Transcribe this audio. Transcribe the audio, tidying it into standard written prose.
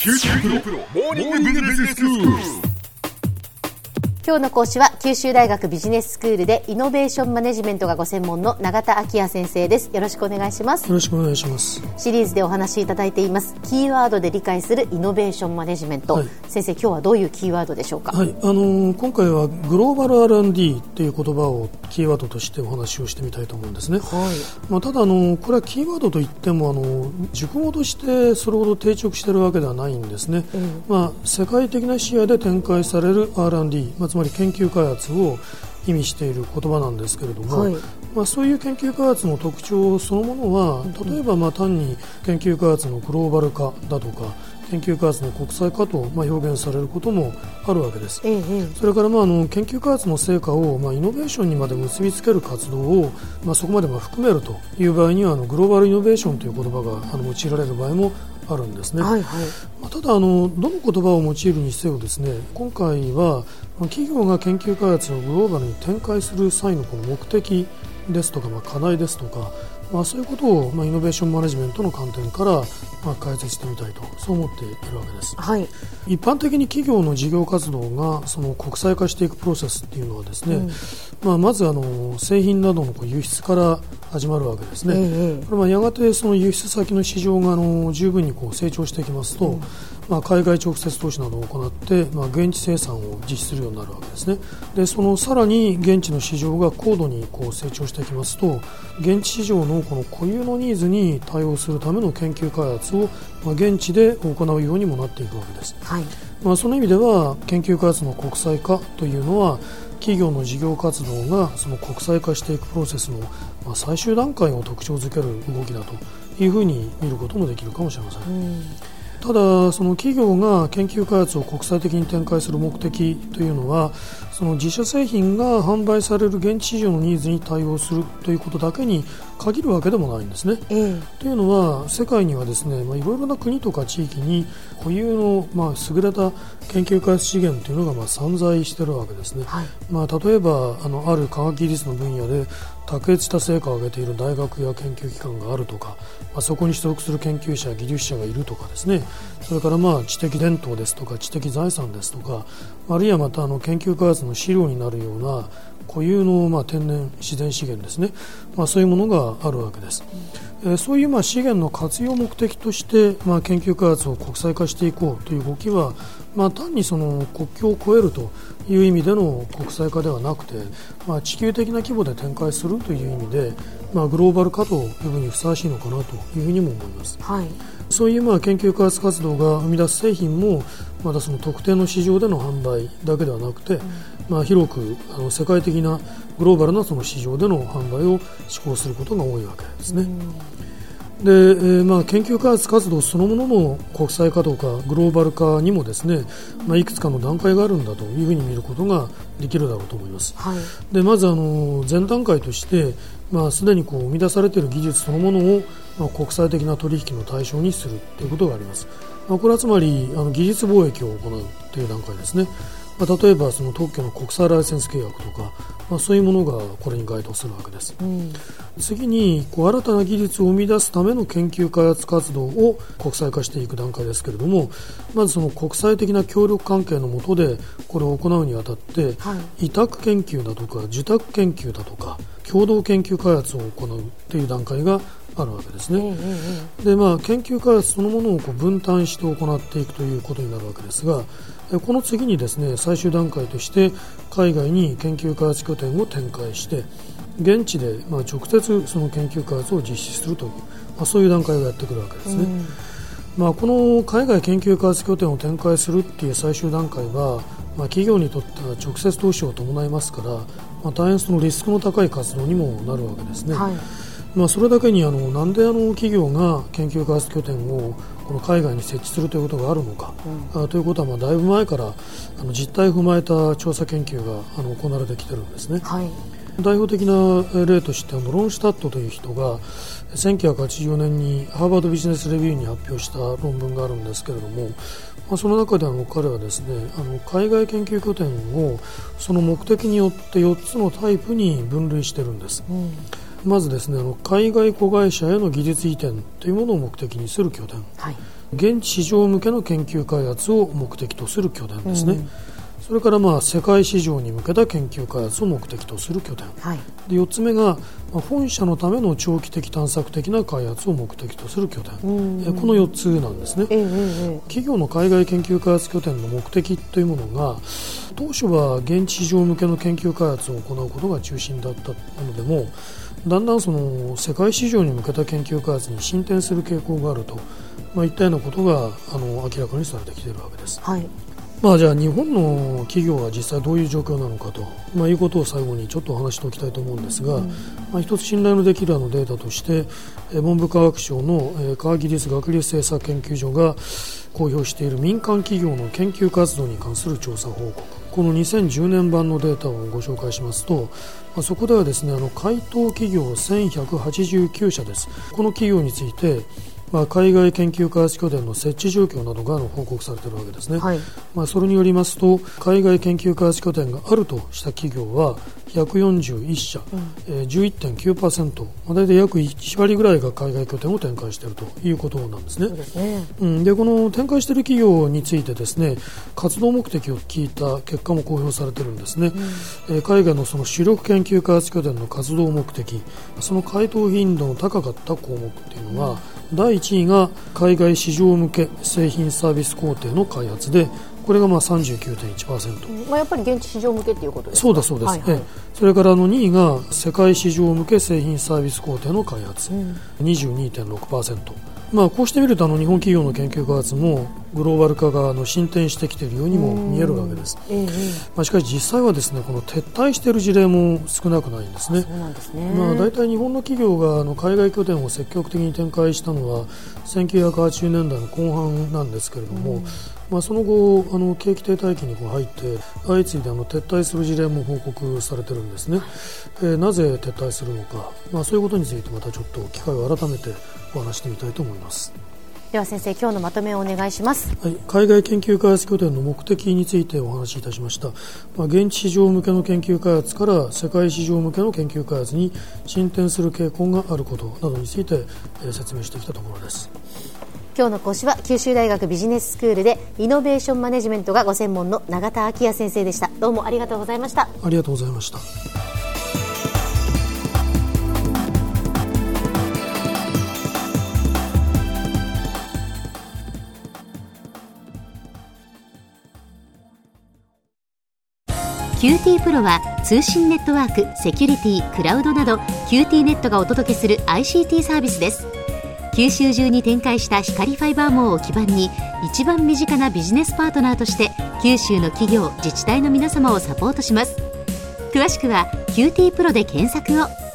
九州大学モーニングビジネススクール。 今日の講師は九州大学ビジネススクールでイノベーションマネジメントがご専門の永田昭也先生です。よろしくお願いします。 よろしくお願いします。 シリーズでお話しいただいていますキーワードで理解するイノベーションマネジメント、はい、先生今日はどういうキーワードでしょうか。 はい、今回はグローバル R&D という言葉をキーワードとしてお話をしてみたいと思うんですね。はい、ただこれはキーワードといっても熟語としてそれほど定着しているわけではないんですね。世界的な視野で展開される R&D、つまり研究開発を意味している言葉なんですけれども、はい、そういう研究開発の特徴そのものは例えば単に研究開発のグローバル化だとか研究開発の国際化と表現されることもあるわけです。それから研究開発の成果をイノベーションにまで結びつける活動をそこまで含めるという場合にはグローバルイノベーションという言葉が用いられる場合もあるんですね。はいはい、ただどの言葉を用いるにせよですね、今回は企業が研究開発をグローバルに展開する際のこの目的ですとか課題ですとかそういうことをイノベーションマネジメントの観点から解説してみたいとそう思っているわけです。はい、一般的に企業の事業活動がその国際化していくプロセスっていうのはですね、まず製品などの輸出から始まるわけですね。これやがてその輸出先の市場が十分に成長していきますと、海外直接投資などを行って、現地生産を実施するようになるわけですね。でそのさらに現地の市場が高度に成長していきますと、現地市場のこの固有のニーズに対応するための研究開発を現地で行うようにもなっていくわけです。はい、その意味では研究開発の国際化というのは企業の事業活動がその国際化していくプロセスの最終段階を特徴づける動きだというふうに見ることもできるかもしれません。ただその企業が研究開発を国際的に展開する目的というのはその自社製品が販売される現地市場のニーズに対応するということだけに限るわけでもないんですね。というのは世界にはですね、いろいろな国とか地域に固有の優れた研究開発資源というのが散在しているわけですね。はい、例えばある科学技術の分野で卓越した成果を上げている大学や研究機関があるとか、そこに所属する研究者や技術者がいるとかですね、それから知的伝統ですとか知的財産ですとか、あるいはまた研究開発の資料になるような固有の天然自然資源ですね、そういうものがあるわけです。そういう資源の活用目的として研究開発を国際化していこうという動きは単にその国境を越えるという意味での国際化ではなくて、地球的な規模で展開するという意味で、グローバル化というふうにふさわしいのかなというふうにも思います。はい、そういう研究開発活動が生み出す製品もまたその特定の市場での販売だけではなくて、広く世界的なグローバルなその市場での販売を志向することが多いわけですね。で研究開発活動そのものの国際化とかグローバル化にもですね、いくつかの段階があるんだというふうに見ることができるだろうと思います。はい、でまず前段階としてすでに生み出されている技術そのものを国際的な取引の対象にするということがあります。これはつまり技術貿易を行うという段階ですね。例えばその特許の国際ライセンス契約とか、そういうものがこれに該当するわけです。次に新たな技術を生み出すための研究開発活動を国際化していく段階ですけれども、まずその国際的な協力関係の下でこれを行うにあたって、委託研究だとか受託研究だとか共同研究開発を行うという段階があるわけですね。で研究開発そのものを分担して行っていくということになるわけですが、この次にですね最終段階として海外に研究開発拠点を展開して現地で直接その研究開発を実施するという、そういう段階がやってくるわけですね。この海外研究開発拠点を展開するっていう最終段階は、企業にとっては直接投資を伴いますから、大変そのリスクの高い活動にもなるわけですね。はい、それだけになんで企業が研究開発拠点をこの海外に設置するということがあるのか、ということはだいぶ前から実態を踏まえた調査研究が行われてきているんですね。はい、代表的な例としてロンシュタットという人が1984年にハーバードビジネスレビューに発表した論文があるんですけれども、その中で彼はですね海外研究拠点をその目的によって4つのタイプに分類しているんです。まずですね海外子会社への技術移転というものを目的にする拠点、はい、 現地市場向けの研究開発を目的とする拠点ですね。それから世界市場に向けた研究開発を目的とする拠点、で4つ目が本社のための長期的探索的な開発を目的とする拠点、この4つなんですね。企業の海外研究開発拠点の目的というものが当初は現地市場向けの研究開発を行うことが中心だったものでも、だんだんその世界市場に向けた研究開発に進展する傾向があると、いったようなことが明らかにされてきているわけです。じゃあ日本の企業は実際どういう状況なのかと、いうことを最後にちょっとお話しておきたいと思うんですが、一つ信頼のできるデータとして文部科学省の科学技術学術政策研究所が公表している民間企業の研究活動に関する調査報告、この2010年版のデータをご紹介しますと、そこではですね、回答企業1189社です。この企業について海外研究開発拠点の設置状況などが報告されているわけですね。それによりますと、海外研究開発拠点があるとした企業は141社、11.9%、大体約1割ぐらいが海外拠点を展開しているということなんですね。でこの展開している企業についてですね、活動目的を聞いた結果も公表されているんですね。海外のその主力研究開発拠点の活動目的、その回答頻度の高かった項目というのは、第1位が海外市場向け製品サービス工程の開発で、これが39.1%、 やっぱり現地市場向けということですか。 そうです、それから2位が世界市場向け製品サービス工程の開発、22.6%。こうしてみると日本企業の研究開発もグローバル化が進展してきているようにも見えるわけです。しかし実際はですね、この撤退している事例も少なくないんですね。大体日本の企業が海外拠点を積極的に展開したのは1980年代の後半なんですけれども、その後景気停滞期に入って相次いで撤退する事例も報告されているんですね。なぜ撤退するのか、そういうことについてまたちょっと機会を改めてお話してみたいと思います。 では先生、今日のまとめをお願いします。 海外研究開発拠点の目的についてお話しいたしました。現地市場向けの研究開発から世界市場向けの研究開発に進展する傾向があることなどについて説明してきたところです。 今日の講師は九州大学ビジネススクールでイノベーションマネジメントがご専門の永田昭也先生でした。どうもありがとうございました。 ありがとうございました。 QT プロは通信ネットワーク、セキュリティ、クラウドなど QT ネットがお届けする ICT サービスです。九州中に展開した光ファイバー網を基盤に一番身近なビジネスパートナーとして九州の企業、自治体の皆様をサポートします。詳しくは QT プロで検索を。